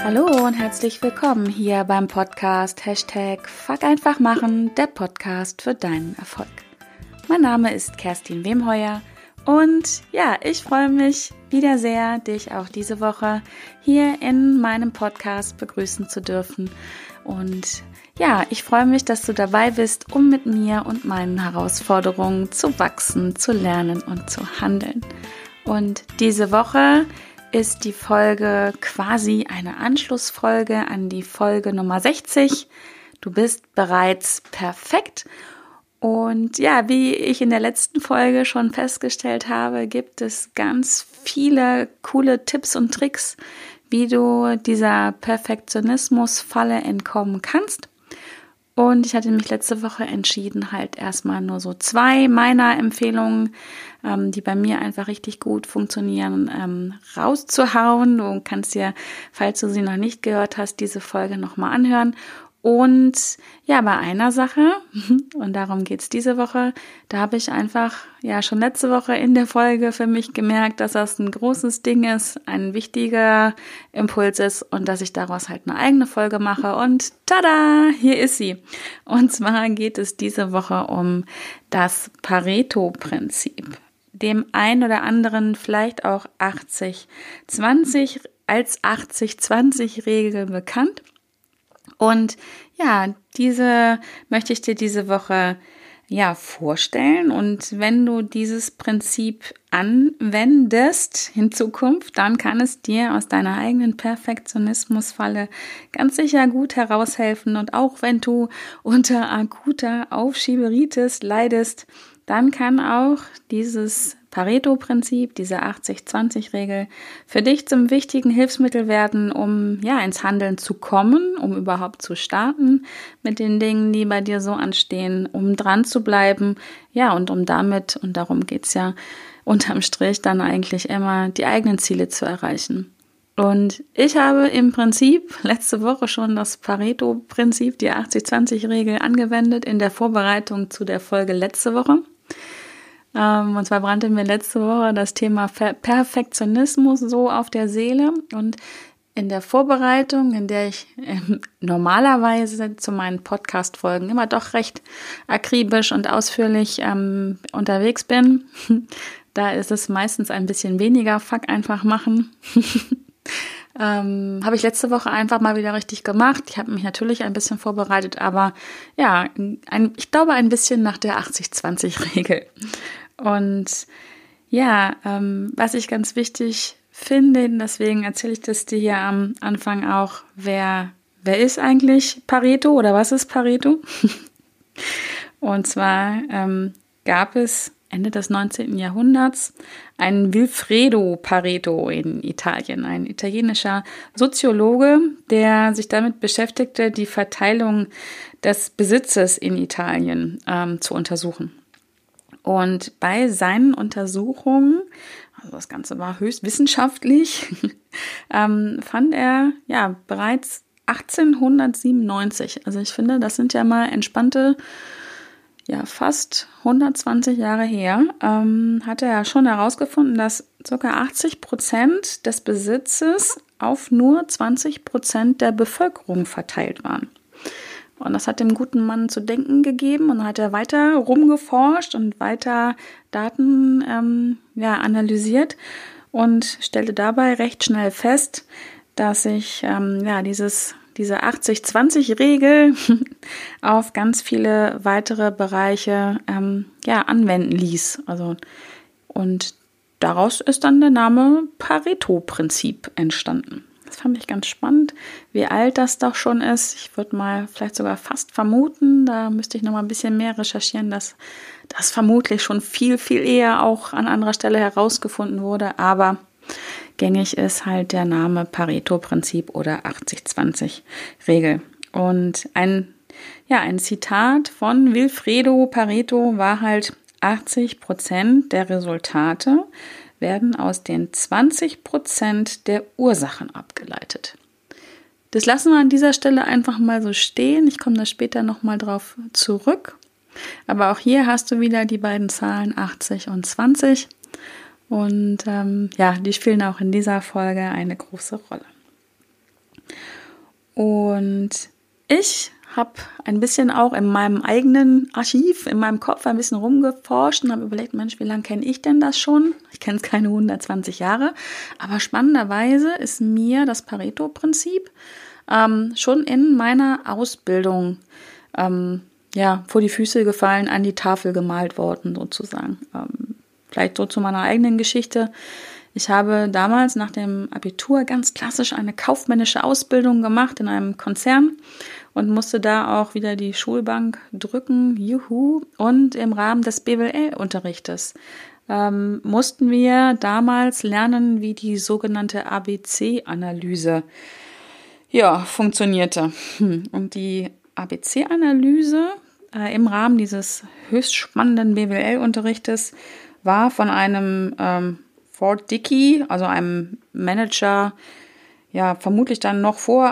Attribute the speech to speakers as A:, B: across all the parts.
A: Hallo und herzlich willkommen hier beim Podcast #Fuck einfach machen, der Podcast für deinen Erfolg. Mein Name ist Kerstin Wemheuer und ja, ich freue mich wieder sehr, dich auch diese Woche hier in meinem Podcast begrüßen zu dürfen. Und ja, ich freue mich, dass du dabei bist, um mit mir und meinen Herausforderungen zu wachsen, zu lernen und zu handeln. Und diese Woche ist die Folge quasi eine Anschlussfolge an die Folge Nummer 60. Du bist bereits perfekt. Und ja, wie ich in der letzten Folge schon festgestellt habe, gibt es ganz viele coole Tipps und Tricks, wie du dieser Perfektionismus-Falle entkommen kannst. Und ich hatte mich letzte Woche entschieden, halt erstmal nur so 2 meiner Empfehlungen, die bei mir einfach richtig gut funktionieren, rauszuhauen. Du kannst dir, falls du sie noch nicht gehört hast, diese Folge nochmal anhören. Und ja, bei einer Sache, und darum geht's diese Woche, da habe ich einfach ja schon letzte Woche in der Folge für mich gemerkt, dass das ein großes Ding ist, ein wichtiger Impuls ist und dass ich daraus halt eine eigene Folge mache. Und tada, hier ist sie. Und zwar geht es diese Woche um das Pareto-Prinzip. Dem ein oder anderen vielleicht auch 80-20 als 80-20-Regel bekannt. Und ja, diese möchte ich dir diese Woche ja vorstellen. Und wenn du dieses Prinzip anwendest in Zukunft, dann kann es dir aus deiner eigenen Perfektionismusfalle ganz sicher gut heraushelfen. Und auch wenn du unter akuter Aufschieberitis leidest, dann kann auch dieses Pareto-Prinzip, diese 80-20-Regel für dich zum wichtigen Hilfsmittel werden, um ja ins Handeln zu kommen, um überhaupt zu starten mit den Dingen, die bei dir so anstehen, um dran zu bleiben, ja, und um damit, und darum geht's ja unterm Strich dann eigentlich immer, die eigenen Ziele zu erreichen. Und ich habe im Prinzip letzte Woche schon das Pareto-Prinzip, die 80-20-Regel angewendet in der Vorbereitung zu der Folge letzte Woche. Und zwar brannte mir letzte Woche das Thema Perfektionismus so auf der Seele. Und in der Vorbereitung, in der ich normalerweise zu meinen Podcast-Folgen immer doch recht akribisch und ausführlich unterwegs bin, da ist es meistens ein bisschen weniger Fuck einfach machen. Habe ich letzte Woche einfach mal wieder richtig gemacht. Ich habe mich natürlich ein bisschen vorbereitet, aber ja, ich glaube ein bisschen nach der 80-20-Regel. Und ja, was ich ganz wichtig finde, deswegen erzähle ich das dir hier am Anfang auch, wer ist eigentlich Pareto oder was ist Pareto? Und zwar gab es Ende des 19. Jahrhunderts einen Vilfredo Pareto in Italien, ein italienischer Soziologe, der sich damit beschäftigte, die Verteilung des Besitzes in Italien zu untersuchen. Und bei seinen Untersuchungen, also das Ganze war höchst wissenschaftlich, fand er ja bereits 1897, also ich finde, das sind ja mal entspannte, ja, fast 120 Jahre her, hat er ja schon herausgefunden, dass ca. 80% des Besitzes auf nur 20% der Bevölkerung verteilt waren. Und das hat dem guten Mann zu denken gegeben und dann hat er weiter rumgeforscht und weiter Daten analysiert und stellte dabei recht schnell fest, dass sich diese 80-20-Regel auf ganz viele weitere Bereiche anwenden ließ. Also, und daraus ist dann der Name Pareto-Prinzip entstanden. Das fand ich ganz spannend, wie alt das doch schon ist. Ich würde mal vielleicht sogar fast vermuten, da müsste ich noch mal ein bisschen mehr recherchieren, dass das vermutlich schon viel, viel eher auch an anderer Stelle herausgefunden wurde. Aber gängig ist halt der Name Pareto-Prinzip oder 80-20-Regel. Und ein Zitat von Vilfredo Pareto war halt: 80% der Resultate werden aus den 20% der Ursachen abgeleitet. Das lassen wir an dieser Stelle einfach mal so stehen. Ich komme da später nochmal drauf zurück. Aber auch hier hast du wieder die beiden Zahlen 80 und 20. Und die spielen auch in dieser Folge eine große Rolle. Und ich habe ein bisschen auch in meinem eigenen Archiv, in meinem Kopf ein bisschen rumgeforscht und habe überlegt, Mensch, wie lange kenne ich denn das schon? Ich kenne es keine 120 Jahre, aber spannenderweise ist mir das Pareto-Prinzip schon in meiner Ausbildung vor die Füße gefallen, an die Tafel gemalt worden sozusagen. Vielleicht so zu meiner eigenen Geschichte. Ich habe damals nach dem Abitur ganz klassisch eine kaufmännische Ausbildung gemacht in einem Konzern und musste da auch wieder die Schulbank drücken, juhu. Und im Rahmen des BWL-Unterrichtes mussten wir damals lernen, wie die sogenannte ABC-Analyse funktionierte. Und die ABC-Analyse im Rahmen dieses höchst spannenden BWL-Unterrichtes war von einem Ford Dickey, also einem Manager, vermutlich dann noch vor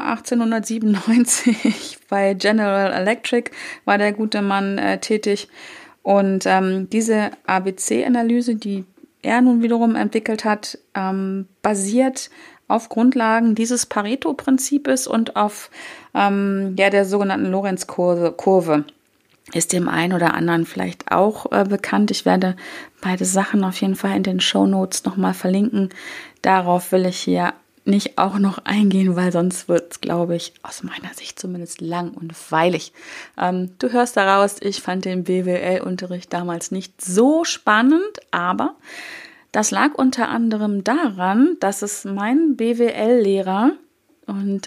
A: 1897 bei General Electric war der gute Mann tätig. Und diese ABC-Analyse, die er nun wiederum entwickelt hat, basiert auf Grundlagen dieses Pareto-Prinzips und auf der sogenannten Lorenz-Kurve. Ist dem einen oder anderen vielleicht auch bekannt. Ich werde beide Sachen auf jeden Fall in den Shownotes nochmal verlinken. Darauf will ich hier nicht auch noch eingehen, weil sonst wird es, glaube ich, aus meiner Sicht zumindest lang und weilig. Du hörst daraus, ich fand den BWL-Unterricht damals nicht so spannend, aber das lag unter anderem daran, dass es mein BWL-Lehrer und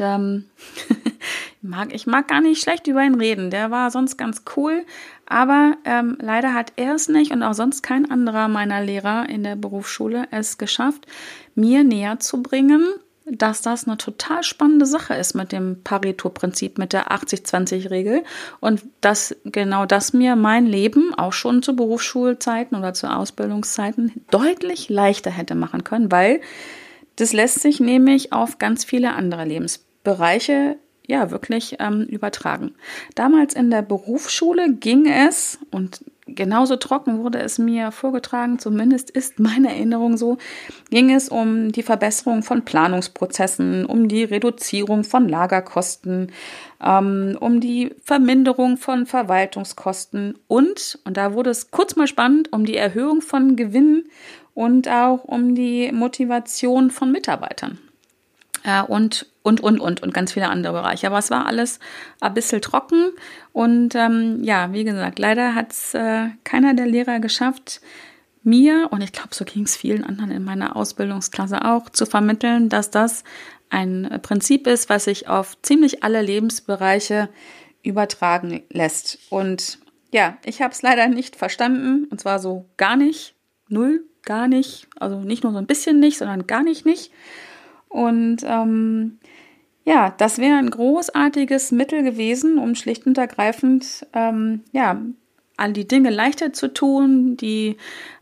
A: ich mag gar nicht schlecht über ihn reden. Der war sonst ganz cool, aber leider hat er es nicht und auch sonst kein anderer meiner Lehrer in der Berufsschule es geschafft, mir näher zu bringen, dass das eine total spannende Sache ist mit dem Pareto-Prinzip, mit der 80-20-Regel und dass genau das mir mein Leben auch schon zu Berufsschulzeiten oder zu Ausbildungszeiten deutlich leichter hätte machen können, weil das lässt sich nämlich auf ganz viele andere Lebensbereiche wirklich übertragen. Damals in der Berufsschule ging es, und genauso trocken wurde es mir vorgetragen, zumindest ist meine Erinnerung so, ging es um die Verbesserung von Planungsprozessen, um die Reduzierung von Lagerkosten, um die Verminderung von Verwaltungskosten und da wurde es kurz mal spannend, um die Erhöhung von Gewinnen und auch um die Motivation von Mitarbeitern. Und ganz viele andere Bereiche. Aber es war alles ein bisschen trocken und wie gesagt, leider hat es keiner der Lehrer geschafft, mir, und ich glaube, so ging es vielen anderen in meiner Ausbildungsklasse auch, zu vermitteln, dass das ein Prinzip ist, was sich auf ziemlich alle Lebensbereiche übertragen lässt. Und ich habe es leider nicht verstanden, und zwar so gar nicht, null, gar nicht, also nicht nur so ein bisschen nicht, sondern gar nicht. Und das wäre ein großartiges Mittel gewesen, um schlicht und ergreifend all die Dinge leichter zu tun, die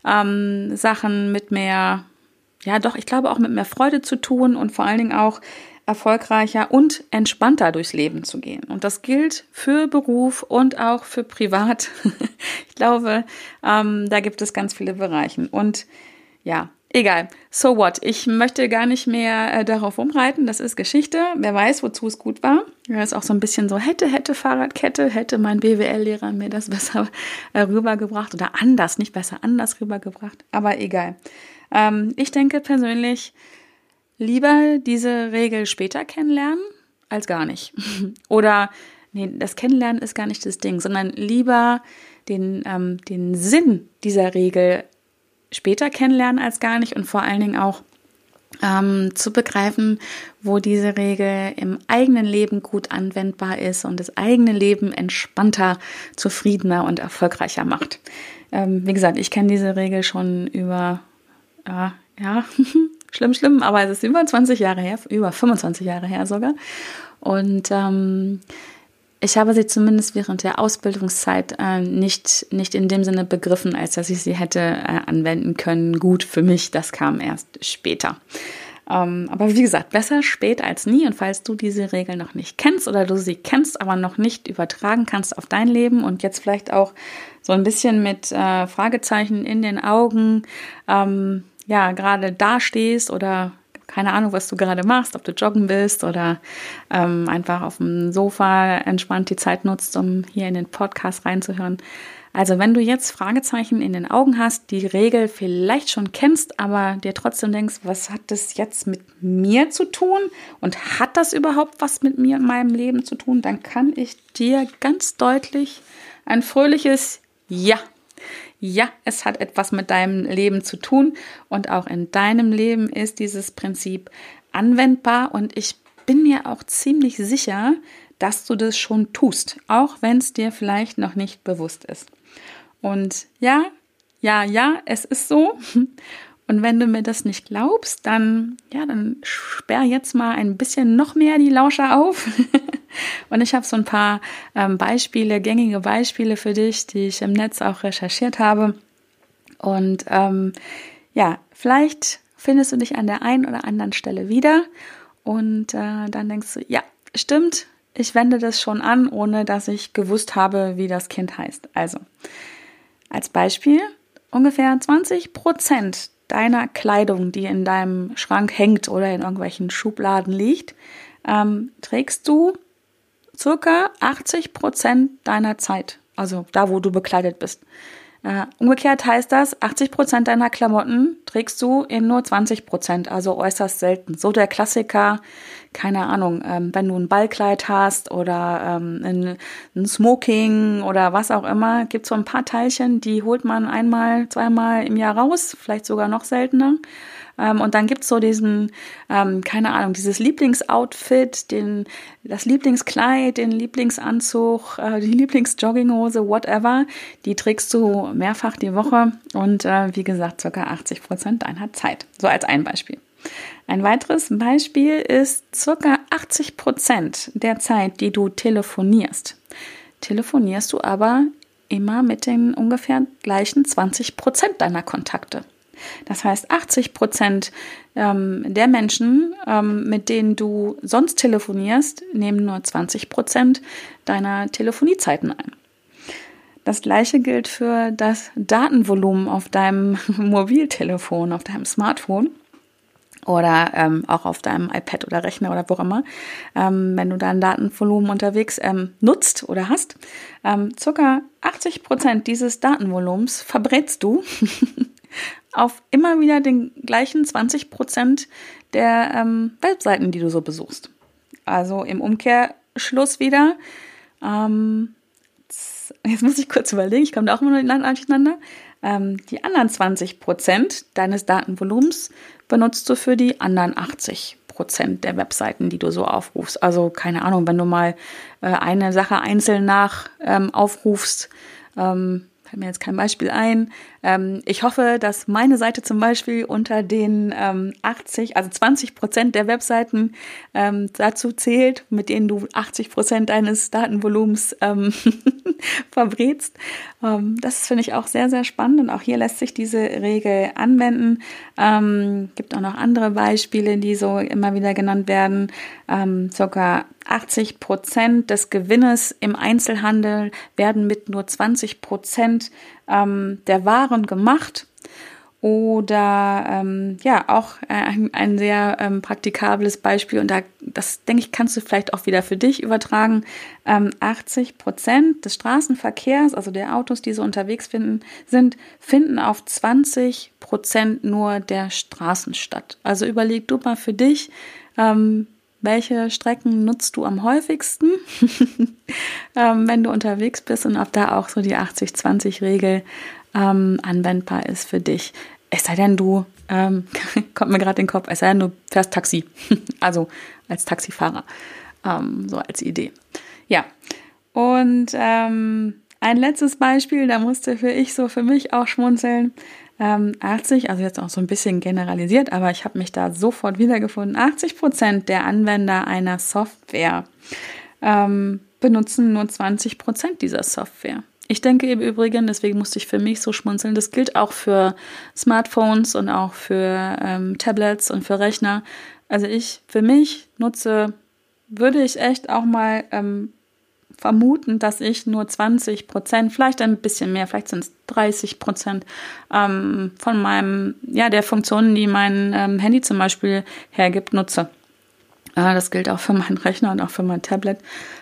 A: Sachen mit mehr, ich glaube auch mit mehr Freude zu tun und vor allen Dingen auch erfolgreicher und entspannter durchs Leben zu gehen. Und das gilt für Beruf und auch für Privat. Ich glaube, da gibt es ganz viele Bereiche. Und egal, so what? Ich möchte gar nicht mehr darauf rumreiten, das ist Geschichte. Wer weiß, wozu es gut war. Das ist auch so ein bisschen so, hätte Fahrradkette, hätte mein BWL-Lehrer mir das besser rübergebracht oder anders rübergebracht. Aber egal. Ich denke persönlich, lieber diese Regel später kennenlernen, als gar nicht. Oder, das Kennenlernen ist gar nicht das Ding, sondern lieber den Sinn dieser Regel später kennenlernen als gar nicht und vor allen Dingen auch zu begreifen, wo diese Regel im eigenen Leben gut anwendbar ist und das eigene Leben entspannter, zufriedener und erfolgreicher macht. Wie gesagt, ich kenne diese Regel schon über, schlimm, aber es ist über 20 Jahre her, über 25 Jahre her sogar. Und ich habe sie zumindest während der Ausbildungszeit nicht in dem Sinne begriffen, als dass ich sie hätte anwenden können. Gut, für mich, das kam erst später. Aber wie gesagt, besser spät als nie. Und falls du diese Regel noch nicht kennst oder du sie kennst, aber noch nicht übertragen kannst auf dein Leben und jetzt vielleicht auch so ein bisschen mit Fragezeichen in den Augen gerade dastehst oder keine Ahnung, was du gerade machst, ob du joggen bist oder einfach auf dem Sofa entspannt die Zeit nutzt, um hier in den Podcast reinzuhören. Also wenn du jetzt Fragezeichen in den Augen hast, die Regel vielleicht schon kennst, aber dir trotzdem denkst, was hat das jetzt mit mir zu tun und hat das überhaupt was mit mir in meinem Leben zu tun, dann kann ich dir ganz deutlich ein fröhliches Ja. Ja, es hat etwas mit deinem Leben zu tun und auch in deinem Leben ist dieses Prinzip anwendbar und ich bin mir auch ziemlich sicher, dass du das schon tust, auch wenn es dir vielleicht noch nicht bewusst ist. Und ja, es ist so. Und wenn du mir das nicht glaubst, dann sperr jetzt mal ein bisschen noch mehr die Lauscher auf. Und ich habe so ein paar gängige Beispiele für dich, die ich im Netz auch recherchiert habe. Und vielleicht findest du dich an der einen oder anderen Stelle wieder. Und dann denkst du, ja, stimmt, ich wende das schon an, ohne dass ich gewusst habe, wie das Kind heißt. Also, als Beispiel, ungefähr 20% deiner Kleidung, die in deinem Schrank hängt oder in irgendwelchen Schubladen liegt, trägst du circa 80% deiner Zeit. Also da, wo du bekleidet bist. Umgekehrt heißt das, 80% deiner Klamotten trägst du in nur 20%, also äußerst selten. So der Klassiker, keine Ahnung, wenn du ein Ballkleid hast oder ein Smoking oder was auch immer, gibt es so ein paar Teilchen, die holt man einmal, zweimal im Jahr raus, vielleicht sogar noch seltener. Und dann gibt's so diesen, dieses Lieblingsoutfit, das Lieblingskleid, den Lieblingsanzug, die Lieblingsjogginghose, whatever. Die trägst du mehrfach die Woche und wie gesagt, ca. 80% deiner Zeit. So als ein Beispiel. Ein weiteres Beispiel ist ca. 80% der Zeit, die du telefonierst. Telefonierst du aber immer mit den ungefähr gleichen 20% deiner Kontakte. Das heißt, 80% der Menschen, mit denen du sonst telefonierst, nehmen nur 20% deiner Telefoniezeiten ein. Das Gleiche gilt für das Datenvolumen auf deinem Mobiltelefon, auf deinem Smartphone oder auch auf deinem iPad oder Rechner oder wo auch immer. Wenn du dein Datenvolumen unterwegs nutzt oder hast, ca. 80% dieses Datenvolumens verbrätst du auf immer wieder den gleichen 20% der Webseiten, die du so besuchst. Also im Umkehrschluss wieder, jetzt muss ich kurz überlegen, ich komme da auch immer noch durcheinander, die anderen 20% deines Datenvolumens benutzt du für die anderen 80% der Webseiten, die du so aufrufst. Also keine Ahnung, wenn du mal eine Sache einzeln aufrufst, fällt mir jetzt kein Beispiel ein. Ich hoffe, dass meine Seite zum Beispiel unter den 20% der Webseiten dazu zählt, mit denen du 80% deines Datenvolumens verbrätst. Das finde ich auch sehr, sehr spannend und auch hier lässt sich diese Regel anwenden. Gibt auch noch andere Beispiele, die so immer wieder genannt werden. Circa 80% des Gewinnes im Einzelhandel werden mit nur 20% der Waren gemacht. Oder auch ein sehr praktikables Beispiel und das denke ich, kannst du vielleicht auch wieder für dich übertragen. 80% des Straßenverkehrs, also der Autos, die so unterwegs finden auf 20% nur der Straßen statt. Also überleg du mal für dich, welche Strecken nutzt du am häufigsten, wenn du unterwegs bist und ob da auch so die 80-20-Regel anwendbar ist für dich. Es sei denn, du, kommt mir gerade in den Kopf, es sei denn, du fährst Taxi, also als Taxifahrer, so als Idee. Ja, und ein letztes Beispiel, da musste für mich auch schmunzeln. 80, also jetzt auch so ein bisschen generalisiert, aber ich habe mich da sofort wiedergefunden. 80% der Anwender einer Software benutzen nur 20% dieser Software. Ich denke im Übrigen, deswegen musste ich für mich so schmunzeln, das gilt auch für Smartphones und auch für Tablets und für Rechner. Also würde ich echt auch mal vermuten, dass ich nur 20%, vielleicht ein bisschen mehr, vielleicht sind es 30% von meinem, der Funktionen, die mein Handy zum Beispiel hergibt, nutze. Das gilt auch für meinen Rechner und auch für mein Tablet.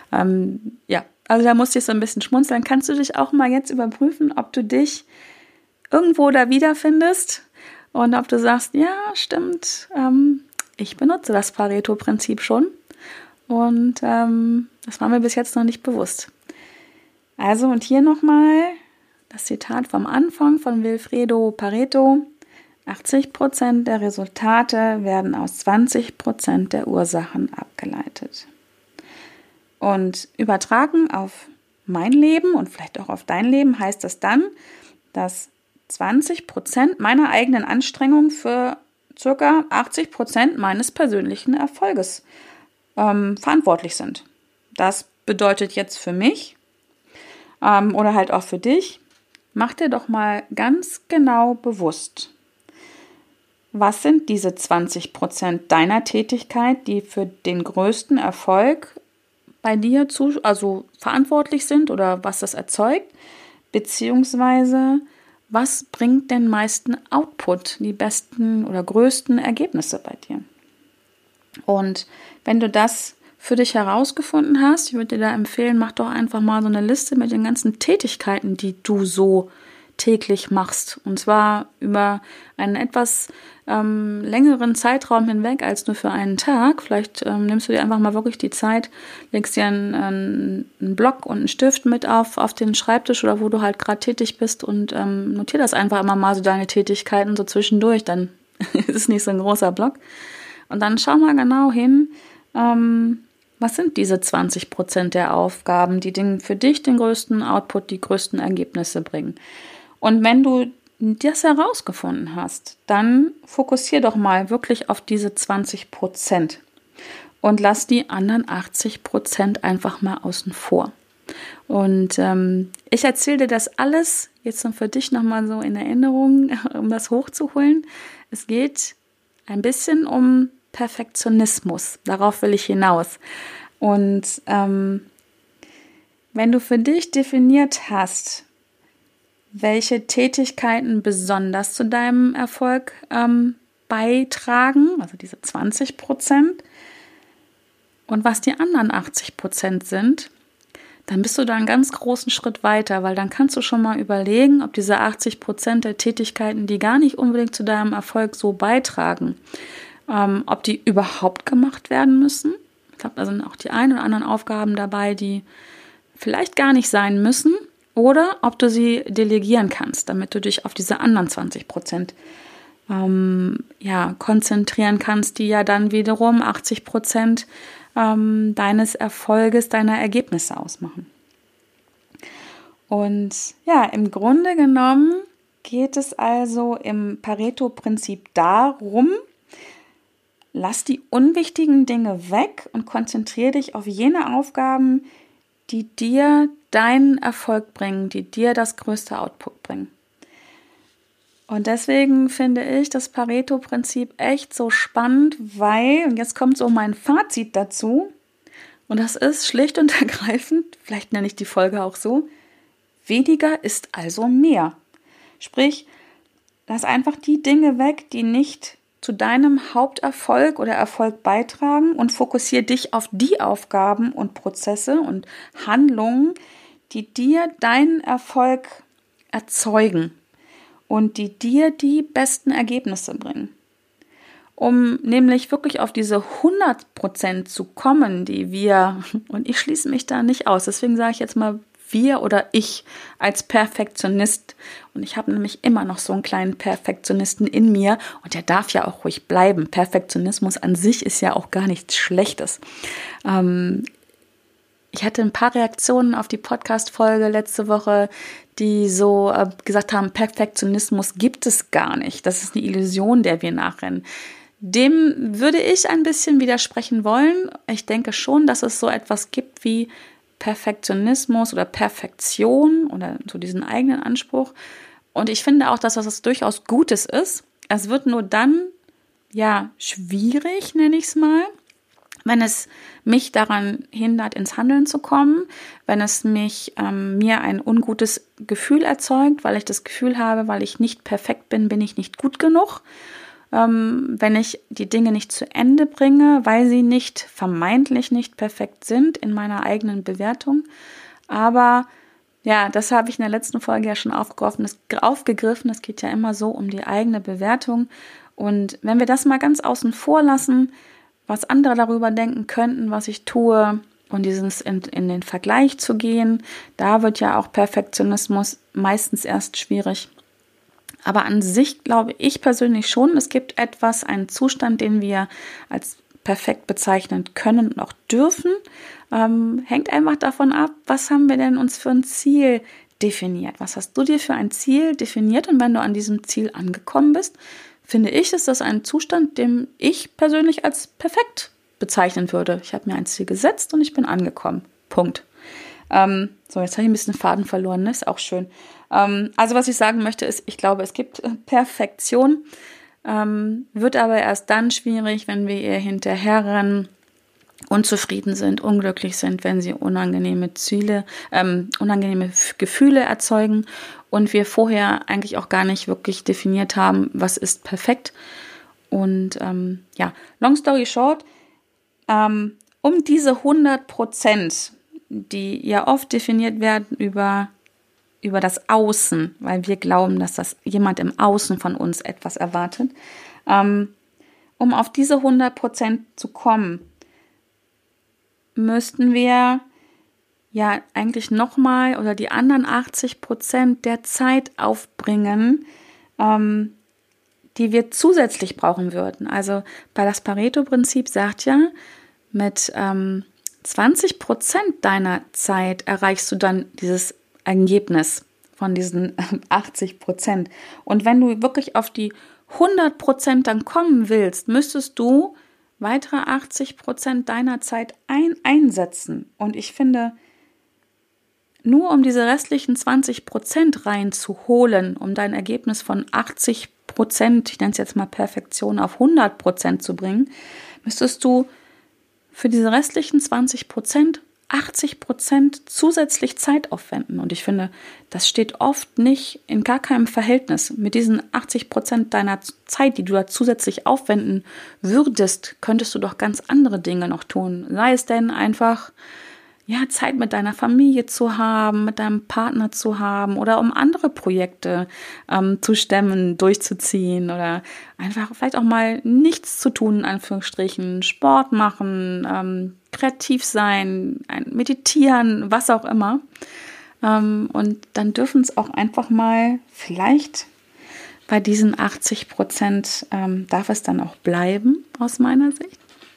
A: Also da musste ich so ein bisschen schmunzeln. Kannst du dich auch mal jetzt überprüfen, ob du dich irgendwo da wiederfindest und ob du sagst, ja, stimmt, ich benutze das Pareto-Prinzip schon und das war mir bis jetzt noch nicht bewusst. Also und hier nochmal das Zitat vom Anfang von Vilfredo Pareto: 80% der Resultate werden aus 20% der Ursachen abgeleitet. Und übertragen auf mein Leben und vielleicht auch auf dein Leben heißt das dann, dass 20% meiner eigenen Anstrengung für ca. 80% meines persönlichen Erfolges verantwortlich sind. Das bedeutet jetzt für mich oder halt auch für dich, mach dir doch mal ganz genau bewusst, was sind diese 20% deiner Tätigkeit, die für den größten Erfolg bei dir verantwortlich sind oder was das erzeugt, beziehungsweise was bringt den meisten Output, die besten oder größten Ergebnisse bei dir. Und wenn du das für dich herausgefunden hast, ich würde dir da empfehlen, mach doch einfach mal so eine Liste mit den ganzen Tätigkeiten, die du so täglich machst. Und zwar über einen etwas längeren Zeitraum hinweg als nur für einen Tag. Vielleicht nimmst du dir einfach mal wirklich die Zeit, legst dir einen Block und einen Stift mit auf den Schreibtisch oder wo du halt gerade tätig bist und notier das einfach immer mal so deine Tätigkeiten so zwischendurch. Dann ist es nicht so ein großer Block. Und dann schau mal genau hin, was sind diese 20% der Aufgaben, die für dich den größten Output, die größten Ergebnisse bringen. Und wenn du das herausgefunden hast, dann fokussier doch mal wirklich auf diese 20% und lass die anderen 80% einfach mal außen vor. Und ich erzähle dir das alles jetzt für dich nochmal so in Erinnerung, um das hochzuholen. Es geht ein bisschen um Perfektionismus. Darauf will ich hinaus. Und wenn du für dich definiert hast, welche Tätigkeiten besonders zu deinem Erfolg beitragen, also diese 20%, und was die anderen 80% sind, dann bist du da einen ganz großen Schritt weiter, weil dann kannst du schon mal überlegen, ob diese 80% der Tätigkeiten, die gar nicht unbedingt zu deinem Erfolg so beitragen, ob die überhaupt gemacht werden müssen. Ich glaube, da sind auch die ein oder anderen Aufgaben dabei, die vielleicht gar nicht sein müssen, oder ob du sie delegieren kannst, damit du dich auf diese anderen 20% konzentrieren kannst, die ja dann wiederum 80% deines Erfolges, deiner Ergebnisse ausmachen. Und ja, im Grunde genommen geht es also im Pareto-Prinzip darum, lass die unwichtigen Dinge weg und konzentriere dich auf jene Aufgaben, die dir deinen Erfolg bringen, die dir das größte Output bringen. Und deswegen finde ich das Pareto-Prinzip echt so spannend, weil, und jetzt kommt so mein Fazit dazu, und das ist schlicht und ergreifend, vielleicht nenne ich die Folge auch so, weniger ist also mehr. Sprich, lass einfach die Dinge weg, die nicht zu deinem Haupterfolg oder Erfolg beitragen und fokussiere dich auf die Aufgaben und Prozesse und Handlungen, die dir deinen Erfolg erzeugen und die dir die besten Ergebnisse bringen. Um nämlich wirklich auf diese 100% zu kommen, die wir, und ich schließe mich da nicht aus, deswegen sage ich jetzt mal wir oder ich als Perfektionist, und ich habe nämlich immer noch so einen kleinen Perfektionisten in mir und der darf ja auch ruhig bleiben. Perfektionismus an sich ist ja auch gar nichts Schlechtes. Ich hatte ein paar Reaktionen auf die Podcast-Folge letzte Woche, die so gesagt haben, Perfektionismus gibt es gar nicht. Das ist eine Illusion, der wir nachrennen. Dem würde ich ein bisschen widersprechen wollen. Ich denke schon, dass es so etwas gibt wie Perfektionismus oder Perfektion oder so diesen eigenen Anspruch. Und ich finde auch, dass das durchaus Gutes ist. Es wird nur dann, schwierig, nenne ich es mal, wenn es mich daran hindert, ins Handeln zu kommen, wenn es mir ein ungutes Gefühl erzeugt, weil ich das Gefühl habe, weil ich nicht perfekt bin, bin ich nicht gut genug, wenn ich die Dinge nicht zu Ende bringe, weil sie vermeintlich nicht perfekt sind in meiner eigenen Bewertung. Aber ja, das habe ich in der letzten Folge ja schon aufgegriffen. Es geht ja immer so um die eigene Bewertung. Und wenn wir das mal ganz außen vor lassen, was andere darüber denken könnten, was ich tue, und in den Vergleich zu gehen, da wird ja auch Perfektionismus meistens erst schwierig. Aber an sich glaube ich persönlich schon, es gibt einen Zustand, den wir als perfekt bezeichnen können und auch dürfen. Hängt einfach davon ab, was haben wir denn uns für ein Ziel definiert? Was hast du dir für ein Ziel definiert? Und wenn du an diesem Ziel angekommen bist, finde ich, ist das ein Zustand, den ich persönlich als perfekt bezeichnen würde. Ich habe mir ein Ziel gesetzt und ich bin angekommen. Punkt. So, jetzt habe ich ein bisschen Faden verloren, ne? Ist auch schön. Also was ich sagen möchte ist, ich glaube, es gibt Perfektion, wird aber erst dann schwierig, wenn wir ihr hinterherrennen, unzufrieden sind, unglücklich sind, wenn sie unangenehme Gefühle erzeugen und wir vorher eigentlich auch gar nicht wirklich definiert haben, was ist perfekt. Und long story short, um diese 100%, die ja oft definiert werden über das Außen, weil wir glauben, dass das jemand im Außen von uns etwas erwartet, um auf diese 100% zu kommen, müssten wir ja eigentlich nochmal oder die anderen 80% der Zeit aufbringen, die wir zusätzlich brauchen würden. Also bei das Pareto-Prinzip sagt ja, mit 20% deiner Zeit erreichst du dann dieses Ergebnis von diesen 80%. Und wenn du wirklich auf die 100% dann kommen willst, müsstest du weitere 80% deiner Zeit einsetzen. Und ich finde, nur um diese restlichen 20% reinzuholen, um dein Ergebnis von 80%, ich nenne es jetzt mal Perfektion, auf 100% zu bringen, müsstest du für diese restlichen 20% 80% zusätzlich Zeit aufwenden. Und ich finde, das steht oft nicht in gar keinem Verhältnis. Mit diesen 80% deiner Zeit, die du da zusätzlich aufwenden würdest, könntest du doch ganz andere Dinge noch tun. Sei es denn einfach, Zeit mit deiner Familie zu haben, mit deinem Partner zu haben oder um andere Projekte zu stemmen, durchzuziehen oder einfach vielleicht auch mal nichts zu tun, in Anführungsstrichen, Sport machen, kreativ sein, meditieren, was auch immer. Und dann dürfen es auch einfach mal vielleicht bei diesen 80% darf es dann auch bleiben, aus meiner Sicht.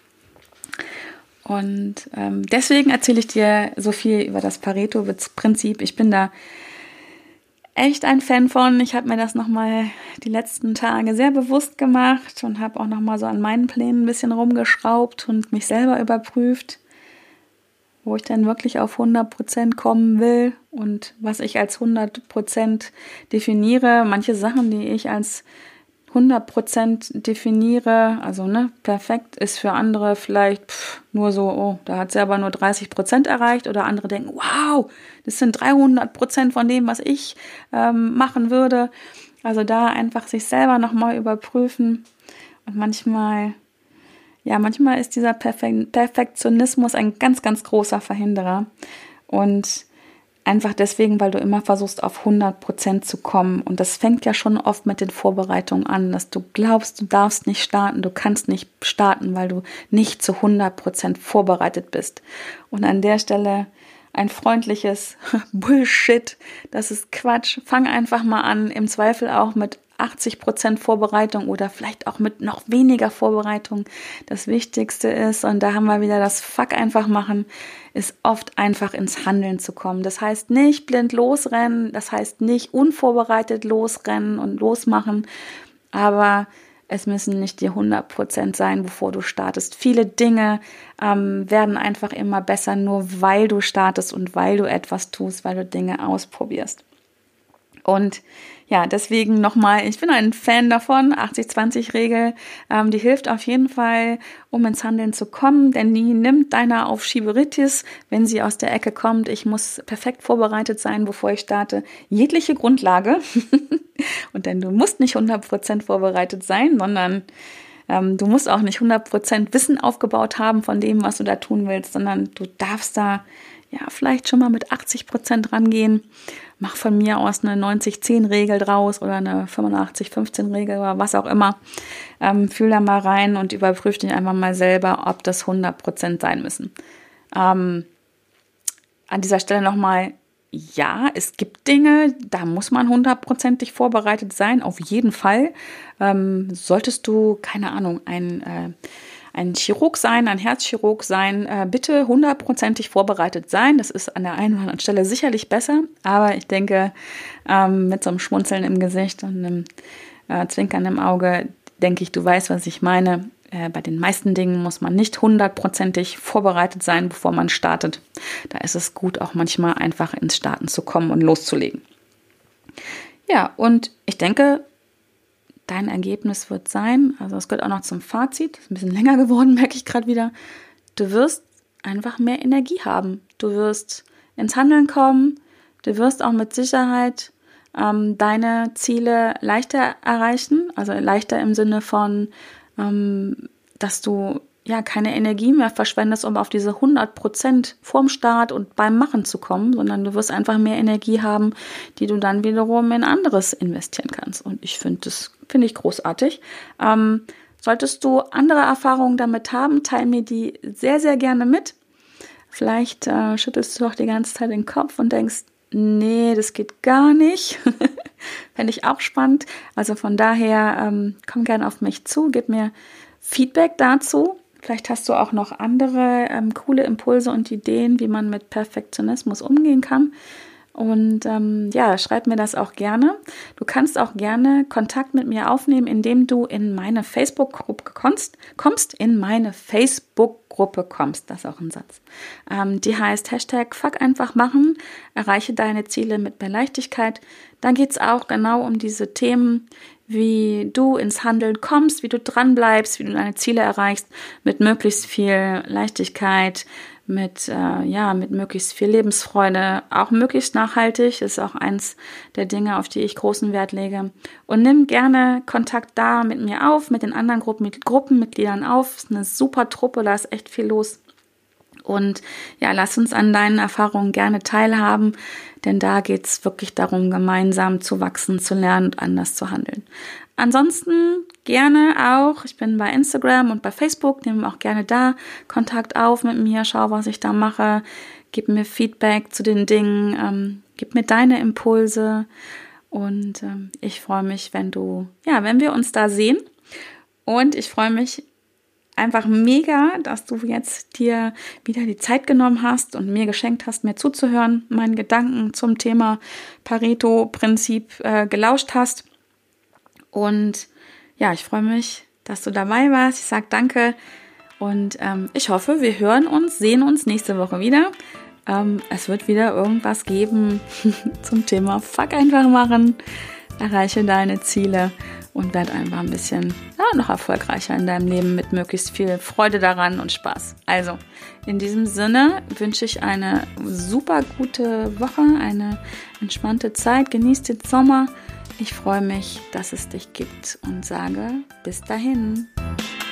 A: Und deswegen erzähle ich dir so viel über das Pareto-Prinzip. Ich bin da echt ein Fan von. Ich habe mir das nochmal die letzten Tage sehr bewusst gemacht und habe auch nochmal so an meinen Plänen ein bisschen rumgeschraubt und mich selber überprüft, wo ich dann wirklich auf 100% kommen will und was ich als 100% definiere. Manche Sachen, die ich als 100% definiere, also perfekt ist für andere vielleicht nur so, da hat sie aber nur 30% erreicht, oder andere denken, wow, das sind 300% von dem, was ich machen würde. Also da einfach sich selber nochmal überprüfen. Und manchmal ist dieser Perfektionismus ein ganz, ganz großer Verhinderer. Und einfach deswegen, weil du immer versuchst, auf 100% zu kommen. Und das fängt ja schon oft mit den Vorbereitungen an, dass du glaubst, du darfst nicht starten, du kannst nicht starten, weil du nicht zu 100% vorbereitet bist. Und an der Stelle ein freundliches Bullshit, das ist Quatsch. Fang einfach mal an, im Zweifel auch mit 80% Vorbereitung oder vielleicht auch mit noch weniger Vorbereitung. Das Wichtigste ist, und da haben wir wieder das Fuck einfach machen, ist oft einfach ins Handeln zu kommen. Das heißt nicht blind losrennen, das heißt nicht unvorbereitet losrennen und losmachen, aber es müssen nicht die 100% sein, bevor du startest. Viele Dinge werden einfach immer besser, nur weil du startest und weil du etwas tust, weil du Dinge ausprobierst. Und ja, deswegen nochmal, ich bin ein Fan davon, 80-20-Regel, die hilft auf jeden Fall, um ins Handeln zu kommen, denn die nimmt deiner Aufschieberitis, wenn sie aus der Ecke kommt, ich muss perfekt vorbereitet sein, bevor ich starte, jegliche Grundlage. Und denn du musst nicht 100% vorbereitet sein, sondern du musst auch nicht 100% Wissen aufgebaut haben von dem, was du da tun willst, sondern du darfst da ja vielleicht schon mal mit 80% rangehen. Mach von mir aus eine 90-10-Regel draus oder eine 85-15-Regel oder was auch immer. Fühl da mal rein und überprüf dich einfach mal selber, ob das 100% sein müssen. An dieser Stelle nochmal, ja, es gibt Dinge, da muss man 100%ig vorbereitet sein, auf jeden Fall. Solltest du, keine Ahnung, ein Chirurg sein, ein Herzchirurg sein, bitte 100%ig vorbereitet sein. Das ist an der einen oder anderen Stelle sicherlich besser, aber ich denke, mit so einem Schmunzeln im Gesicht und einem Zwinkern im Auge, denke ich, du weißt, was ich meine. Bei den meisten Dingen muss man nicht 100%ig vorbereitet sein, bevor man startet. Da ist es gut, auch manchmal einfach ins Starten zu kommen und loszulegen. Ja, und ich denke, dein Ergebnis wird sein, also es gehört auch noch zum Fazit, ist ein bisschen länger geworden, merke ich gerade wieder, du wirst einfach mehr Energie haben. Du wirst ins Handeln kommen, du wirst auch mit Sicherheit deine Ziele leichter erreichen, also leichter im Sinne von, dass du ja keine Energie mehr verschwendest, um auf diese 100% vorm Start und beim Machen zu kommen, sondern du wirst einfach mehr Energie haben, die du dann wiederum in anderes investieren kannst. Und ich finde ich großartig. Solltest du andere Erfahrungen damit haben, teile mir die sehr, sehr gerne mit. Vielleicht schüttelst du auch die ganze Zeit den Kopf und denkst, nee, das geht gar nicht. Fände ich auch spannend. Also von daher, komm gerne auf mich zu, gib mir Feedback dazu. Vielleicht hast du auch noch andere coole Impulse und Ideen, wie man mit Perfektionismus umgehen kann. Und schreib mir das auch gerne. Du kannst auch gerne Kontakt mit mir aufnehmen, indem du in meine Facebook-Gruppe kommst. Das ist auch ein Satz. Die heißt #Fuck einfach machen, erreiche deine Ziele mit mehr Leichtigkeit. Da geht es auch genau um diese Themen, wie du ins Handeln kommst, wie du dranbleibst, wie du deine Ziele erreichst, mit möglichst viel Leichtigkeit, mit möglichst viel Lebensfreude, auch möglichst nachhaltig, ist auch eins der Dinge, auf die ich großen Wert lege. Und nimm gerne Kontakt da mit mir auf, mit den anderen Gruppenmitgliedern auf. Es ist eine super Truppe, da ist echt viel los. Und ja, lass uns an deinen Erfahrungen gerne teilhaben, denn da geht es wirklich darum, gemeinsam zu wachsen, zu lernen und anders zu handeln. Ansonsten gerne auch, ich bin bei Instagram und bei Facebook, nehme auch gerne da Kontakt auf mit mir, schau, was ich da mache, gib mir Feedback zu den Dingen, gib mir deine Impulse und ich freue mich, wenn wir uns da sehen, und ich freue mich einfach mega, dass du jetzt dir wieder die Zeit genommen hast und mir geschenkt hast, mir zuzuhören, meinen Gedanken zum Thema Pareto-Prinzip gelauscht hast. Und ja, ich freue mich, dass du dabei warst. Ich sage danke und ich hoffe, wir sehen uns nächste Woche wieder. Es wird wieder irgendwas geben zum Thema Fuck einfach machen, erreiche deine Ziele und werd einfach ein bisschen noch erfolgreicher in deinem Leben mit möglichst viel Freude daran und Spaß. Also, in diesem Sinne wünsche ich eine super gute Woche, eine entspannte Zeit, genießt den Sommer. Ich freue mich, dass es dich gibt und sage bis dahin.